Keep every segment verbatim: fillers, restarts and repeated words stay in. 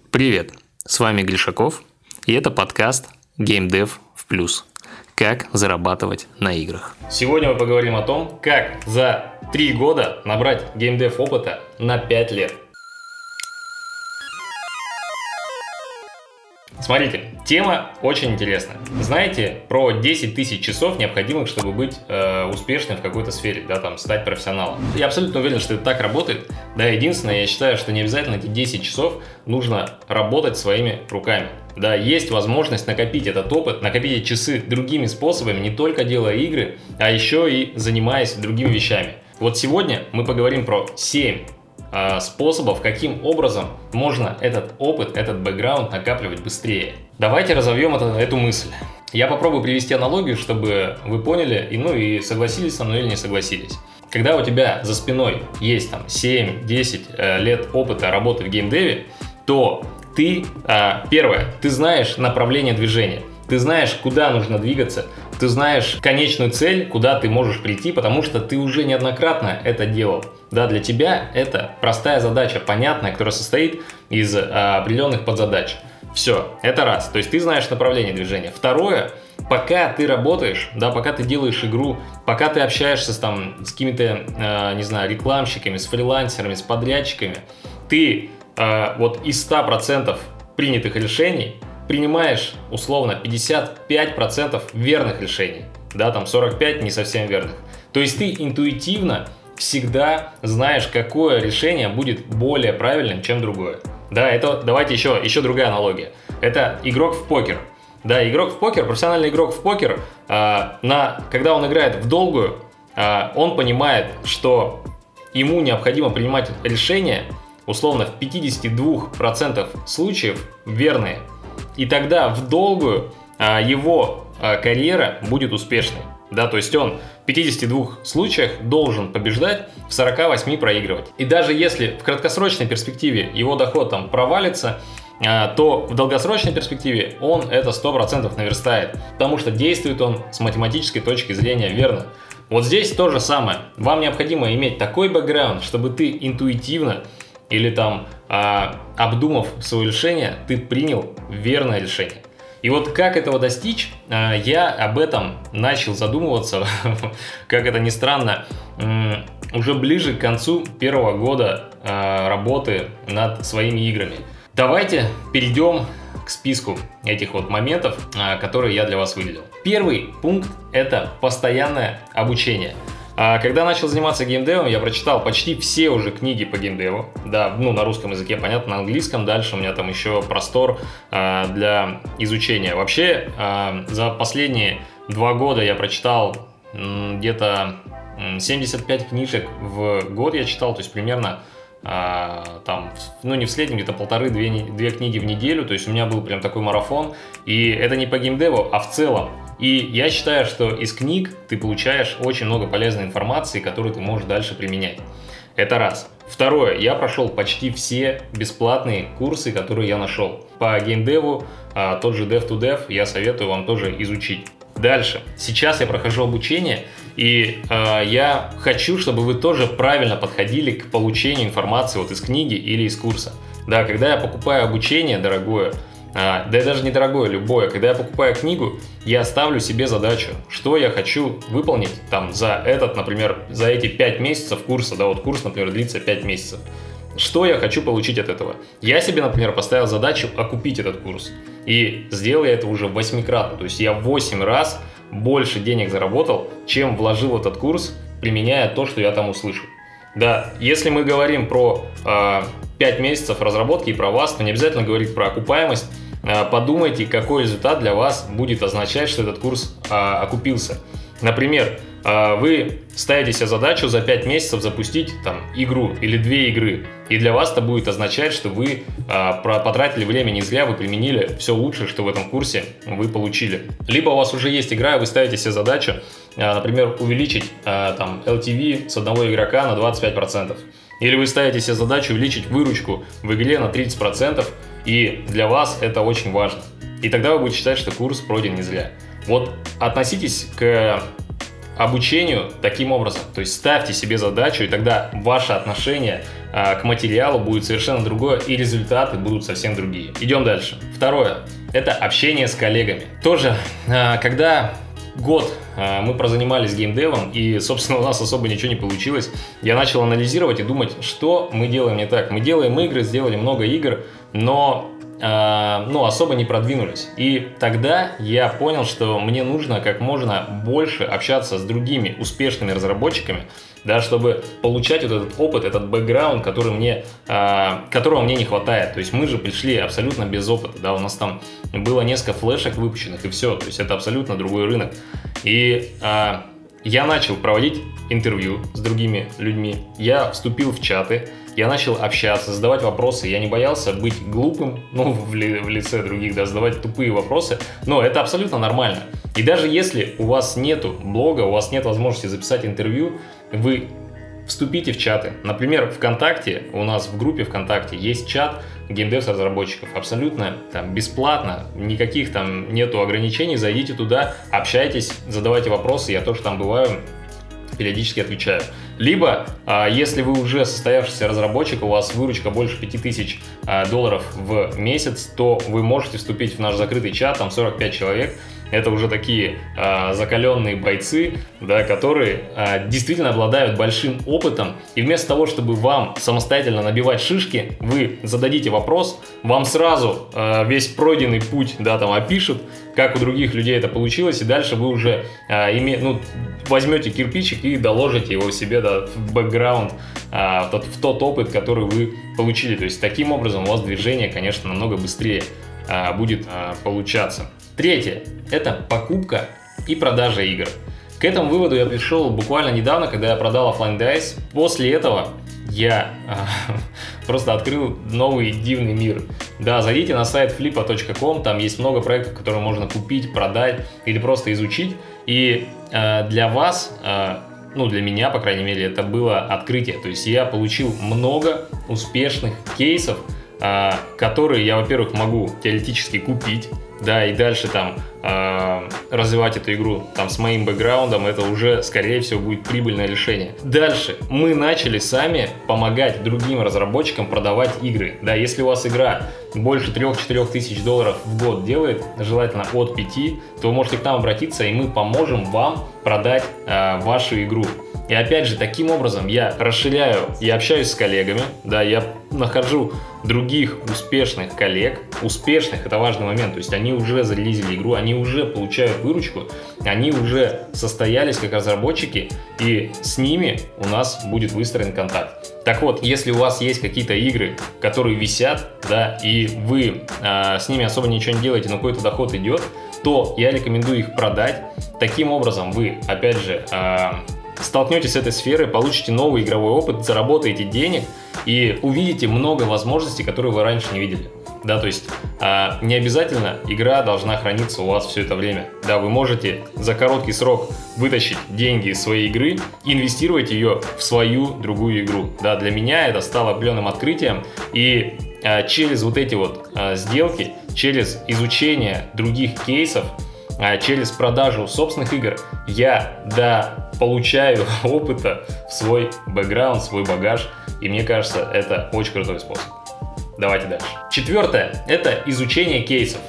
Привет, с вами Глишаков, и это подкаст GameDev в плюс. Как зарабатывать на играх. Сегодня мы поговорим о том, как за три года набрать геймдев опыта на пять лет. Смотрите, тема очень интересная. Знаете про десять тысяч часов, необходимых, чтобы быть э, успешным в какой-то сфере, да, там, стать профессионалом. Я абсолютно уверен, что это так работает. Да, единственное, я считаю, что не обязательно эти десять часов нужно работать своими руками. Да, есть возможность накопить этот опыт, накопить эти часы другими способами, не только делая игры, а еще и занимаясь другими вещами. Вот сегодня мы поговорим про семь способов, каким образом можно этот опыт, этот бэкграунд накапливать быстрее. Давайте разовьем это, эту мысль. Я попробую привести аналогию, чтобы вы поняли, и, ну и согласились со мной или не согласились. Когда у тебя за спиной есть там семь-десять э, лет опыта работы в геймдеве, то ты, э, первое, ты знаешь направление движения. Ты знаешь, куда нужно двигаться, ты знаешь конечную цель, куда ты можешь прийти, потому что ты уже неоднократно это делал. Да, для тебя это простая задача, понятная, которая состоит из а, определенных подзадач. Все, это раз. То есть ты знаешь направление движения. Второе, пока ты работаешь, да, пока ты делаешь игру, пока ты общаешься с, там, с какими-то, а, не знаю, рекламщиками, с фрилансерами, с подрядчиками, ты а, вот из ста процентов принятых решений принимаешь условно пятьдесят пять процентов верных решений, да, там сорок пять процентов не совсем верных. То есть ты интуитивно всегда знаешь, какое решение будет более правильным, чем другое. Да, это давайте еще, еще другая аналогия. Это игрок в покер. Да, игрок в покер, профессиональный игрок в покер, э, на, когда он играет в долгую, э, он понимает, что ему необходимо принимать решения, условно, в пятьдесят два процента случаев верные. И тогда в долгую а, его а, карьера будет успешной. Да, то есть он в пятидесяти двух случаях должен побеждать, в сорока восьми проигрывать. И даже если в краткосрочной перспективе его доход там провалится, а, то в долгосрочной перспективе он это сто процентов наверстает. Потому что действует он с математической точки зрения верно. Вот здесь то же самое. Вам необходимо иметь такой бэкграунд, чтобы ты интуитивно или там, а, обдумав свое решение, ты принял верное решение. И вот как этого достичь, а, я об этом начал задумываться, как это ни странно, м- уже ближе к концу первого года а, работы над своими играми. Давайте перейдем к списку этих вот моментов, а, которые я для вас выделил. Первый пункт – это постоянное обучение. Когда начал заниматься геймдевом, я прочитал почти все уже книги по геймдеву. Да, ну на русском языке, понятно, на английском. Дальше у меня там еще простор э, для изучения. Вообще, э, за последние два года я прочитал м, где-то семьдесят пять книжек в год я читал, то есть примерно э, там, ну не в среднем, где-то полторы-две две книги в неделю. То есть у меня был прям такой марафон. И это не по геймдеву, а в целом. И я считаю, что из книг ты получаешь очень много полезной информации, которую ты можешь дальше применять. Это раз. Второе. Я прошел почти все бесплатные курсы, которые я нашел. По геймдеву, а, тот же Dev to Dev, я советую вам тоже изучить. Дальше. Сейчас я прохожу обучение, и э, я хочу, чтобы вы тоже правильно подходили к получению информации вот из книги или из курса. Да, когда я покупаю обучение дорогое, А, да и даже недорогое, любое. Когда я покупаю книгу, я ставлю себе задачу, что я хочу выполнить там за этот, например, за эти пять месяцев курса, да, вот курс, например, длится пять месяцев. Что я хочу получить от этого? Я себе, например, поставил задачу окупить этот курс. И сделал я это уже восьмикратно. То есть я в восемь раз больше денег заработал, чем вложил в этот курс, применяя то, что я там услышал. Да, если мы говорим про э, пять месяцев разработки и про вас, то не обязательно говорить про окупаемость. Э, подумайте, какой результат для вас будет означать, что этот курс э, окупился. Например, э, вы ставите себе задачу за пять месяцев запустить там игру или две игры. И для вас это будет означать, что вы э, потратили время не зря, вы применили все лучшее, что в этом курсе вы получили. Либо у вас уже есть игра, и вы ставите себе задачу, например, увеличить э, там, эл ти ви с одного игрока на двадцать пять процентов. Или вы ставите себе задачу увеличить выручку в игре на тридцать процентов, и для вас это очень важно. И тогда вы будете считать, что курс пройден не зря. Вот относитесь к обучению таким образом. То есть ставьте себе задачу, и тогда ваше отношение к материалу будет совершенно другое, и результаты будут совсем другие. Идем дальше. Второе – это общение с коллегами. Тоже, когда год мы прозанимались геймдевом, и, собственно, у нас особо ничего не получилось, я начал анализировать и думать, что мы делаем не так. Мы делаем игры, сделали много игр, но ну, особо не продвинулись. И тогда я понял, что мне нужно как можно больше общаться с другими успешными разработчиками, да, чтобы получать вот этот опыт, этот бэкграунд, который мне, э, которого мне не хватает. То есть мы же пришли абсолютно без опыта, да, у нас там было несколько флешек выпущенных, и все, то есть это абсолютно другой рынок. И э, я начал проводить интервью с другими людьми, я вступил в чаты, я начал общаться, задавать вопросы, я не боялся быть глупым, ну, в, ли, в лице других, да, задавать тупые вопросы, но это абсолютно нормально. И даже если у вас нету блога, у вас нет возможности записать интервью, вы вступите в чаты. Например, ВКонтакте, у нас в группе ВКонтакте есть чат геймдев-разработчиков, абсолютно там бесплатно, никаких там нету ограничений, зайдите туда, общайтесь, задавайте вопросы, я тоже там бываю, периодически отвечаю. Либо, если вы уже состоявшийся разработчик, у вас выручка больше пяти тысяч долларов в месяц, то вы можете вступить в наш закрытый чат, там сорок пять человек. Это уже такие э, закаленные бойцы, да, которые э, действительно обладают большим опытом. И вместо того, чтобы вам самостоятельно набивать шишки, вы зададите вопрос, вам сразу э, весь пройденный путь, да, там опишут, как у других людей это получилось, и дальше вы уже э, име, ну, возьмете кирпичик и доложите его себе, да, в бэкграунд, э, в, тот, в тот опыт, который вы получили. То есть таким образом у вас движение, конечно, намного быстрее э, будет э, получаться. Третье – это покупка и продажа игр. К этому выводу я пришел буквально недавно, когда я продал Offline Dice. После этого я э, просто открыл новый дивный мир. Да, зайдите на сайт флипа точка ком, там есть много проектов, которые можно купить, продать или просто изучить. И э, для вас, э, ну для меня, по крайней мере, это было открытие. То есть я получил много успешных кейсов, э, которые я, во-первых, могу теоретически купить, да, и дальше там э, развивать эту игру там с моим бэкграундом, это уже, скорее всего, будет прибыльное решение. Дальше мы начали сами помогать другим разработчикам продавать игры. Да, если у вас игра больше трёх-четырёх тысяч долларов в год делает, желательно от пяти, то вы можете к нам обратиться, и мы поможем вам продать э, вашу игру. И опять же, таким образом я расширяю, я общаюсь с коллегами, да, я нахожу других успешных коллег, успешных, это важный момент, то есть они уже зарелизили игру, они уже получают выручку, они уже состоялись как разработчики, и с ними у нас будет выстроен контакт. Так вот, если у вас есть какие-то игры, которые висят, да, и вы э, с ними особо ничего не делаете, но какой-то доход идет, то я рекомендую их продать. Таким образом вы, опять же, э, столкнетесь с этой сферой, получите новый игровой опыт, заработаете денег и увидите много возможностей, которые вы раньше не видели. Да, то есть э, не обязательно игра должна храниться у вас все это время. Да, вы можете за короткий срок вытащить деньги из своей игры, инвестировать ее в свою другую игру. Да, для меня это стало определенным открытием, и э, через вот эти вот э, сделки, через изучение других кейсов, через продажу собственных игр я, да, получаю опыта в свой бэкграунд, свой багаж, и мне кажется, это очень крутой способ. Давайте дальше. Четвертое – это изучение кейсов.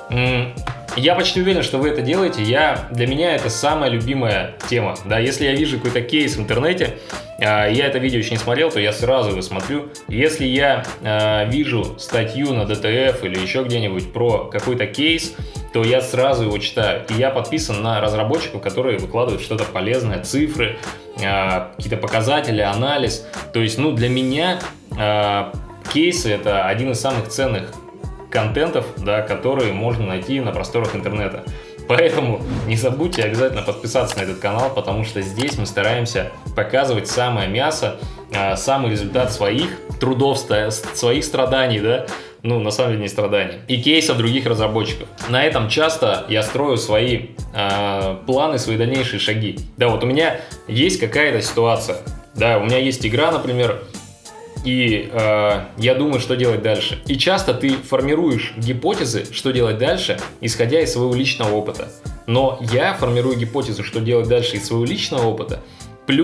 Я почти уверен, что вы это делаете. Я, для меня это самая любимая тема. Да, если я вижу какой-то кейс в интернете, я это видео еще не смотрел, то я сразу его смотрю. Если я э, вижу статью на ди ти эф или еще где-нибудь про какой-то кейс, то я сразу его читаю. И я подписан на разработчиков, которые выкладывают что-то полезное, цифры, э, какие-то показатели, анализ. То есть, ну, для меня э, кейсы – это один из самых ценных контентов, да, которые можно найти на просторах интернета. Поэтому не забудьте обязательно подписаться на этот канал, потому что здесь мы стараемся показывать самое мясо, э, самый результат своих трудов, своих страданий, да, ну, на самом деле не страданий, и кейсов других разработчиков. На этом часто я строю свои э, планы, свои дальнейшие шаги. Да, вот у меня есть какая-то ситуация, да, у меня есть игра, например, и э, я думаю, что делать дальше. И часто ты формируешь гипотезы, что делать дальше, исходя из своего личного опыта. Но я формирую гипотезу, что делать дальше из своего личного опыта, плюс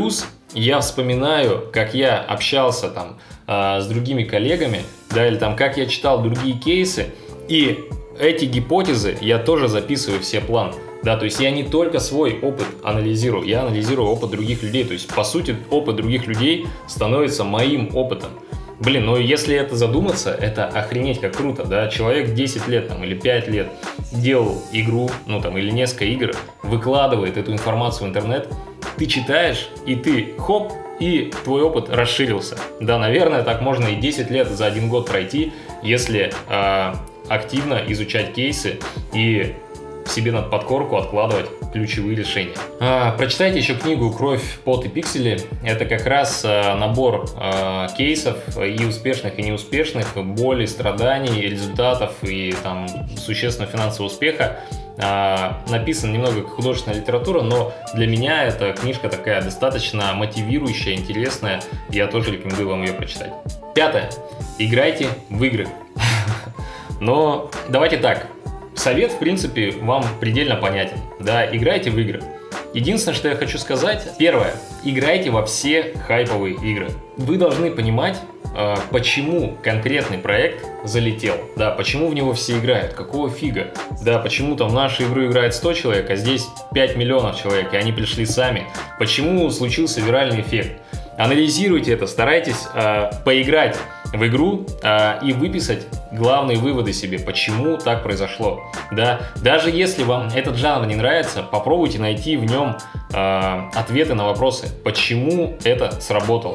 я вспоминаю, как я общался там с другими коллегами, да, или там как я читал другие кейсы, и эти гипотезы я тоже записываю в SEO-план. Да, то есть я не только свой опыт анализирую, я анализирую опыт других людей. То есть, по сути, опыт других людей становится моим опытом. Блин, ну если это задуматься, это охренеть как круто, да. Человек десять лет там, или пять лет делал игру, ну там, или несколько игр, выкладывает эту информацию в интернет, ты читаешь, и ты хоп, и твой опыт расширился. Да, наверное, так можно и десять лет за один год пройти, если э, активно изучать кейсы и себе над подкорку откладывать ключевые решения. А, прочитайте еще книгу «Кровь, пот и пиксели». Это как раз а, набор а, кейсов и успешных, и неуспешных, боли, страданий, результатов и там существенного финансового успеха. А, написана немного как художественная литература, но для меня эта книжка такая достаточно мотивирующая, интересная. Я тоже рекомендую вам ее прочитать. Пятое. Играйте в игры. Но давайте так. Совет, в принципе, вам предельно понятен. Да, играйте в игры. Единственное, что я хочу сказать, первое, играйте во все хайповые игры. Вы должны понимать, почему конкретный проект залетел, да, почему в него все играют, какого фига, да, почему там в нашу игру играет сто человек, а здесь пять миллионов человек, и они пришли сами, почему случился виральный эффект. Анализируйте это, старайтесь э, поиграть в игру э, и выписать главные выводы себе, почему так произошло. Да? Даже если вам этот жанр не нравится, попробуйте найти в нем э, ответы на вопросы, почему это сработало.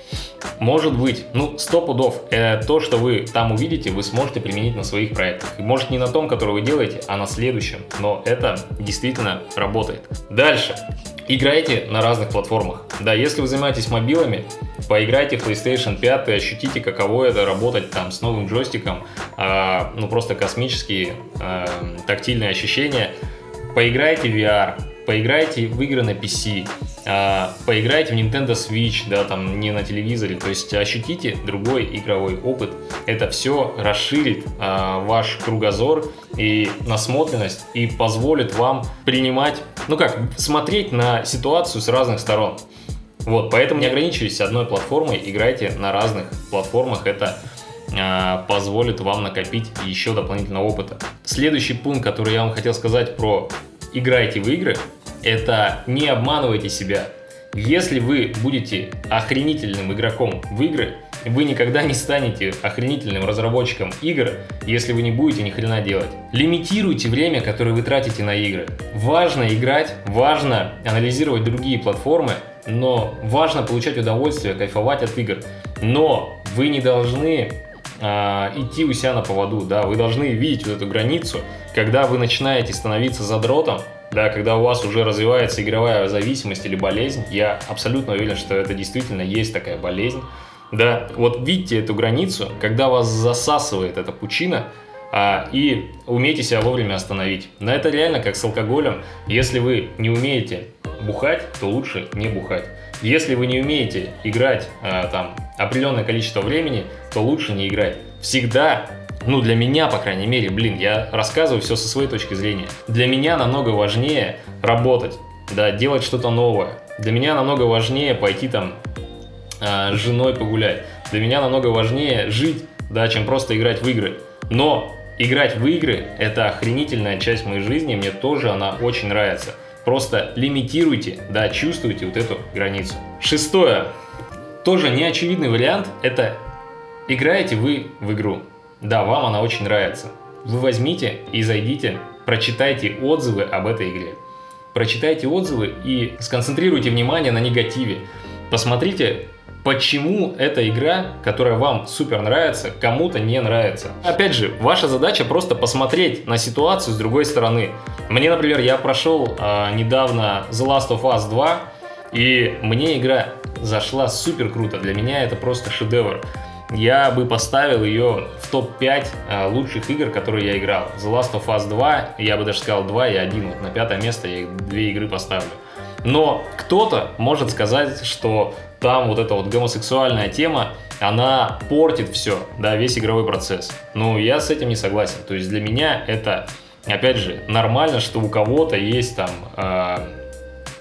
Может быть, ну, сто пудов, э, то, что вы там увидите, вы сможете применить на своих проектах. И может не на том, который вы делаете, а на следующем. Но это действительно работает. Дальше. Играйте на разных платформах. Да, если вы занимаетесь мобилами, поиграйте в PlayStation пять, ощутите, каково это работать там с новым джойстиком. Э, ну, просто космические э, тактильные ощущения. Поиграйте в ви ар. Поиграйте в игры на пи си, э, поиграйте в Nintendo Switch, да, там не на телевизоре, то есть ощутите другой игровой опыт. Это все расширит э, ваш кругозор и насмотренность и позволит вам принимать, ну как, смотреть на ситуацию с разных сторон. Вот, поэтому не ограничивайтесь одной платформой, играйте на разных платформах, это э, позволит вам накопить еще дополнительного опыта. Следующий пункт, который я вам хотел сказать про играйте в игры, это не обманывайте себя. Если вы будете охренительным игроком в игры, вы никогда не станете охренительным разработчиком игр, если вы не будете ни хрена делать. Лимитируйте время, которое вы тратите на игры. Важно играть, важно анализировать другие платформы, но важно получать удовольствие, кайфовать от игр. Но вы не должны э, идти у себя на поводу, да, вы должны видеть вот эту границу, когда вы начинаете становиться задротом, да, когда у вас уже развивается игровая зависимость или болезнь. Я абсолютно уверен, что это действительно есть такая болезнь. Да, вот видите эту границу, когда вас засасывает эта пучина, а, и умейте себя вовремя остановить. Но это реально как с алкоголем. Если вы не умеете бухать, то лучше не бухать. Если вы не умеете играть а, там определенное количество времени, то лучше не играть. Всегда. Ну, для меня, по крайней мере, блин, я рассказываю все со своей точки зрения. Для меня намного важнее работать, да, делать что-то новое. Для меня намного важнее пойти там э, с женой погулять. Для меня намного важнее жить, да, чем просто играть в игры. Но играть в игры – это охренительная часть моей жизни, мне тоже она очень нравится. Просто лимитируйте, да, чувствуйте вот эту границу. Шестое. Тоже неочевидный вариант – это играете вы в игру. Да, вам она очень нравится. Вы возьмите и зайдите, прочитайте отзывы об этой игре. Прочитайте отзывы и сконцентрируйте внимание на негативе. Посмотрите, почему эта игра, которая вам супер нравится, кому-то не нравится. Опять же, ваша задача просто посмотреть на ситуацию с другой стороны. Мне, например, я прошел э, недавно The Last of Us два, и мне игра зашла супер круто. Для меня это просто шедевр. Я бы поставил ее в топ пять э, лучших игр, которые я играл. The Last of Us два, я бы даже сказал два и один. Вот на пятое место я две игры поставлю. Но кто-то может сказать, что там вот эта вот гомосексуальная тема, она портит все, да, весь игровой процесс. Но я с этим не согласен. То есть для меня это, опять же, нормально, что у кого-то есть там... Э,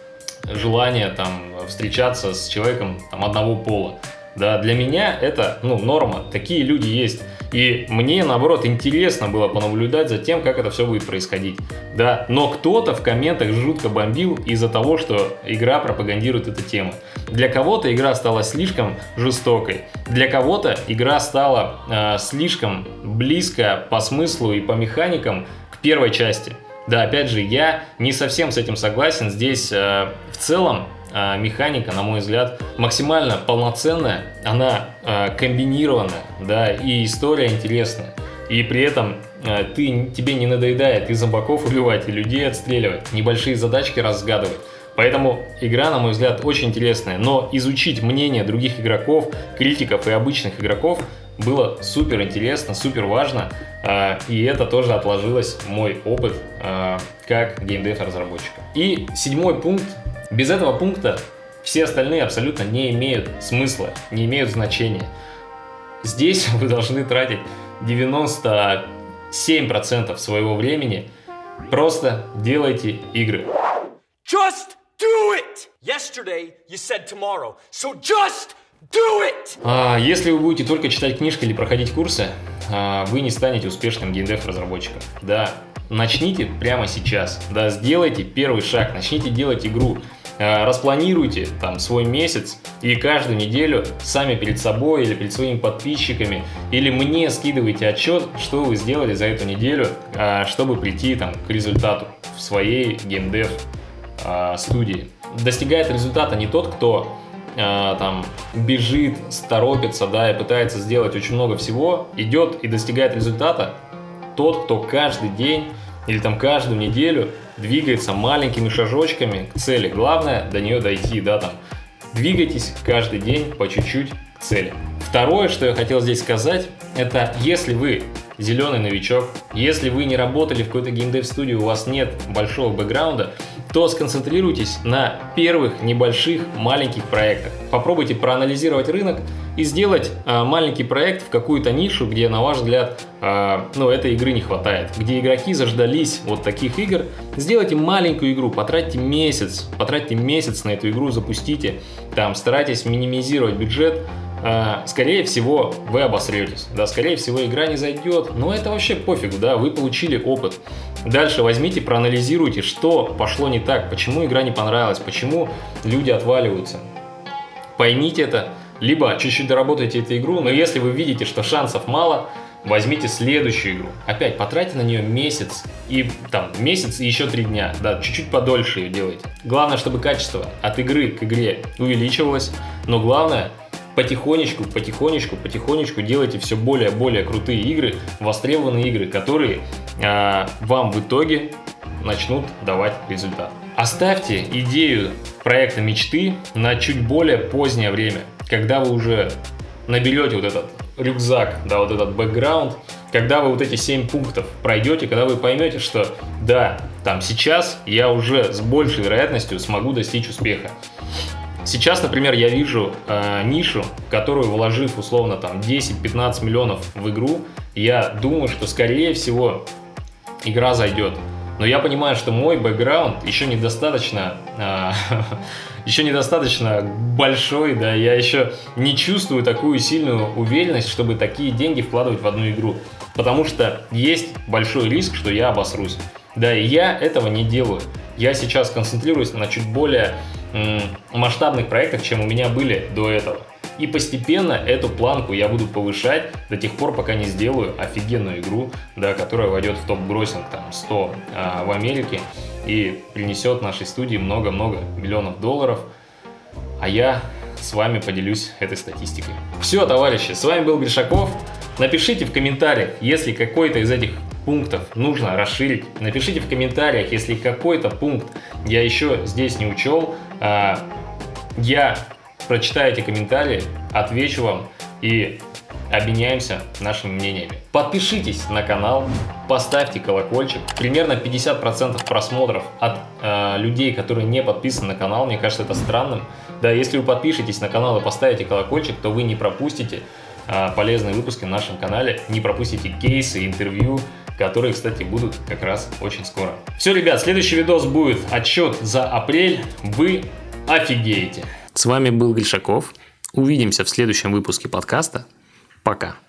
желание там встречаться с человеком там, одного пола. Да, для меня это, ну, норма, такие люди есть. И мне, наоборот, интересно было понаблюдать за тем, как это все будет происходить. Да, но кто-то в комментах жутко бомбил из-за того, что игра пропагандирует эту тему. Для кого-то игра стала слишком жестокой, для кого-то игра стала э, слишком близко по смыслу и по механикам к первой части. Да, опять же, я не совсем с этим согласен. Здесь э, в целом э, механика, на мой взгляд, максимально полноценная, она э, комбинированная, да, и история интересная. И при этом э, ты, тебе не надоедает и зомбаков убивать, и людей отстреливать, небольшие задачки разгадывать. Поэтому игра, на мой взгляд, очень интересная. Но изучить мнение других игроков, критиков и обычных игроков было супер интересно, супер важно. И это тоже отложилось в мой опыт как геймдев-разработчика. И седьмой пункт. Без этого пункта все остальные абсолютно не имеют смысла, не имеют значения. Здесь вы должны тратить девяносто семь процентов своего времени. Просто делайте игры. Just do it! Yesterday you said tomorrow, so just do it! А, если вы будете только читать книжки или проходить курсы, а, вы не станете успешным геймдев-разработчиком. Да, начните прямо сейчас. Да, сделайте первый шаг, начните делать игру. А, распланируйте там свой месяц и каждую неделю сами перед собой или перед своими подписчиками или мне скидывайте отчет, что вы сделали за эту неделю, а, чтобы прийти там к результату в своей геймдев студии. Достигает результата не тот, кто э, там бежит, торопится, да, и пытается сделать очень много всего, идет и достигает результата тот, кто каждый день или там каждую неделю двигается маленькими шажочками к цели. Главное до нее дойти, да, там. Двигайтесь каждый день по чуть-чуть к цели. Второе, что я хотел здесь сказать, это если вы зеленый новичок, если вы не работали в какой-то геймдев-студии, у вас нет большого бэкграунда, то сконцентрируйтесь на первых небольших маленьких проектах. Попробуйте проанализировать рынок и сделать э, маленький проект в какую-то нишу, где, на ваш взгляд, э, ну, этой игры не хватает, где игроки заждались вот таких игр. Сделайте маленькую игру, потратьте месяц, потратьте месяц на эту игру, запустите, там, старайтесь минимизировать бюджет. Скорее всего, вы обосретесь, да, скорее всего, игра не зайдет, но это вообще пофигу, да, вы получили опыт. Дальше возьмите, проанализируйте, что пошло не так, почему игра не понравилась, почему люди отваливаются. Поймите это, либо чуть-чуть доработайте эту игру, но если вы видите, что шансов мало, возьмите следующую игру. Опять потратьте на нее месяц, и там месяц и еще три дня, да, чуть-чуть подольше ее делайте. Главное, чтобы качество от игры к игре увеличивалось, но главное, потихонечку, потихонечку, потихонечку делайте все более и более крутые игры, востребованные игры, которые э, вам в итоге начнут давать результат. Оставьте идею проекта мечты на чуть более позднее время, когда вы уже наберете вот этот рюкзак, да, вот этот бэкграунд, когда вы вот эти семь пунктов пройдете, когда вы поймете, что да, там сейчас я уже с большей вероятностью смогу достичь успеха. Сейчас, например, я вижу э, нишу, в которую, вложив условно там десять-пятнадцать миллионов в игру, я думаю, что скорее всего игра зайдет. Но я понимаю, что мой бэкграунд еще недостаточно, э, еще недостаточно большой, да, я еще не чувствую такую сильную уверенность, чтобы такие деньги вкладывать в одну игру. Потому что есть большой риск, что я обосрусь. Да, и я этого не делаю. Я сейчас концентрируюсь на чуть более м, масштабных проектах, чем у меня были до этого. И постепенно эту планку я буду повышать до тех пор, пока не сделаю офигенную игру, да, которая войдет в топ-гроссинг там, сто а, в Америке и принесет нашей студии много-много миллионов долларов. А я с вами поделюсь этой статистикой. Все, товарищи, с вами был Гришаков. Напишите в комментариях, если какой-то из этих пунктов нужно расширить. Напишите в комментариях, если какой-то пункт я еще здесь не учел. Я прочитаю эти комментарии, отвечу вам и обменяемся нашими мнениями. Подпишитесь на канал, поставьте колокольчик. Примерно пятьдесят процентов просмотров от э, людей, которые не подписаны на канал. Мне кажется, это странным. Да, если вы подпишетесь на канал и поставите колокольчик, то вы не пропустите э, полезные выпуски на нашем канале, не пропустите кейсы, интервью которые, кстати, будут как раз очень скоро. Все, ребят, следующий видос будет отчет за апрель. Вы офигеете. С вами был Гришаков. Увидимся в следующем выпуске подкаста. Пока.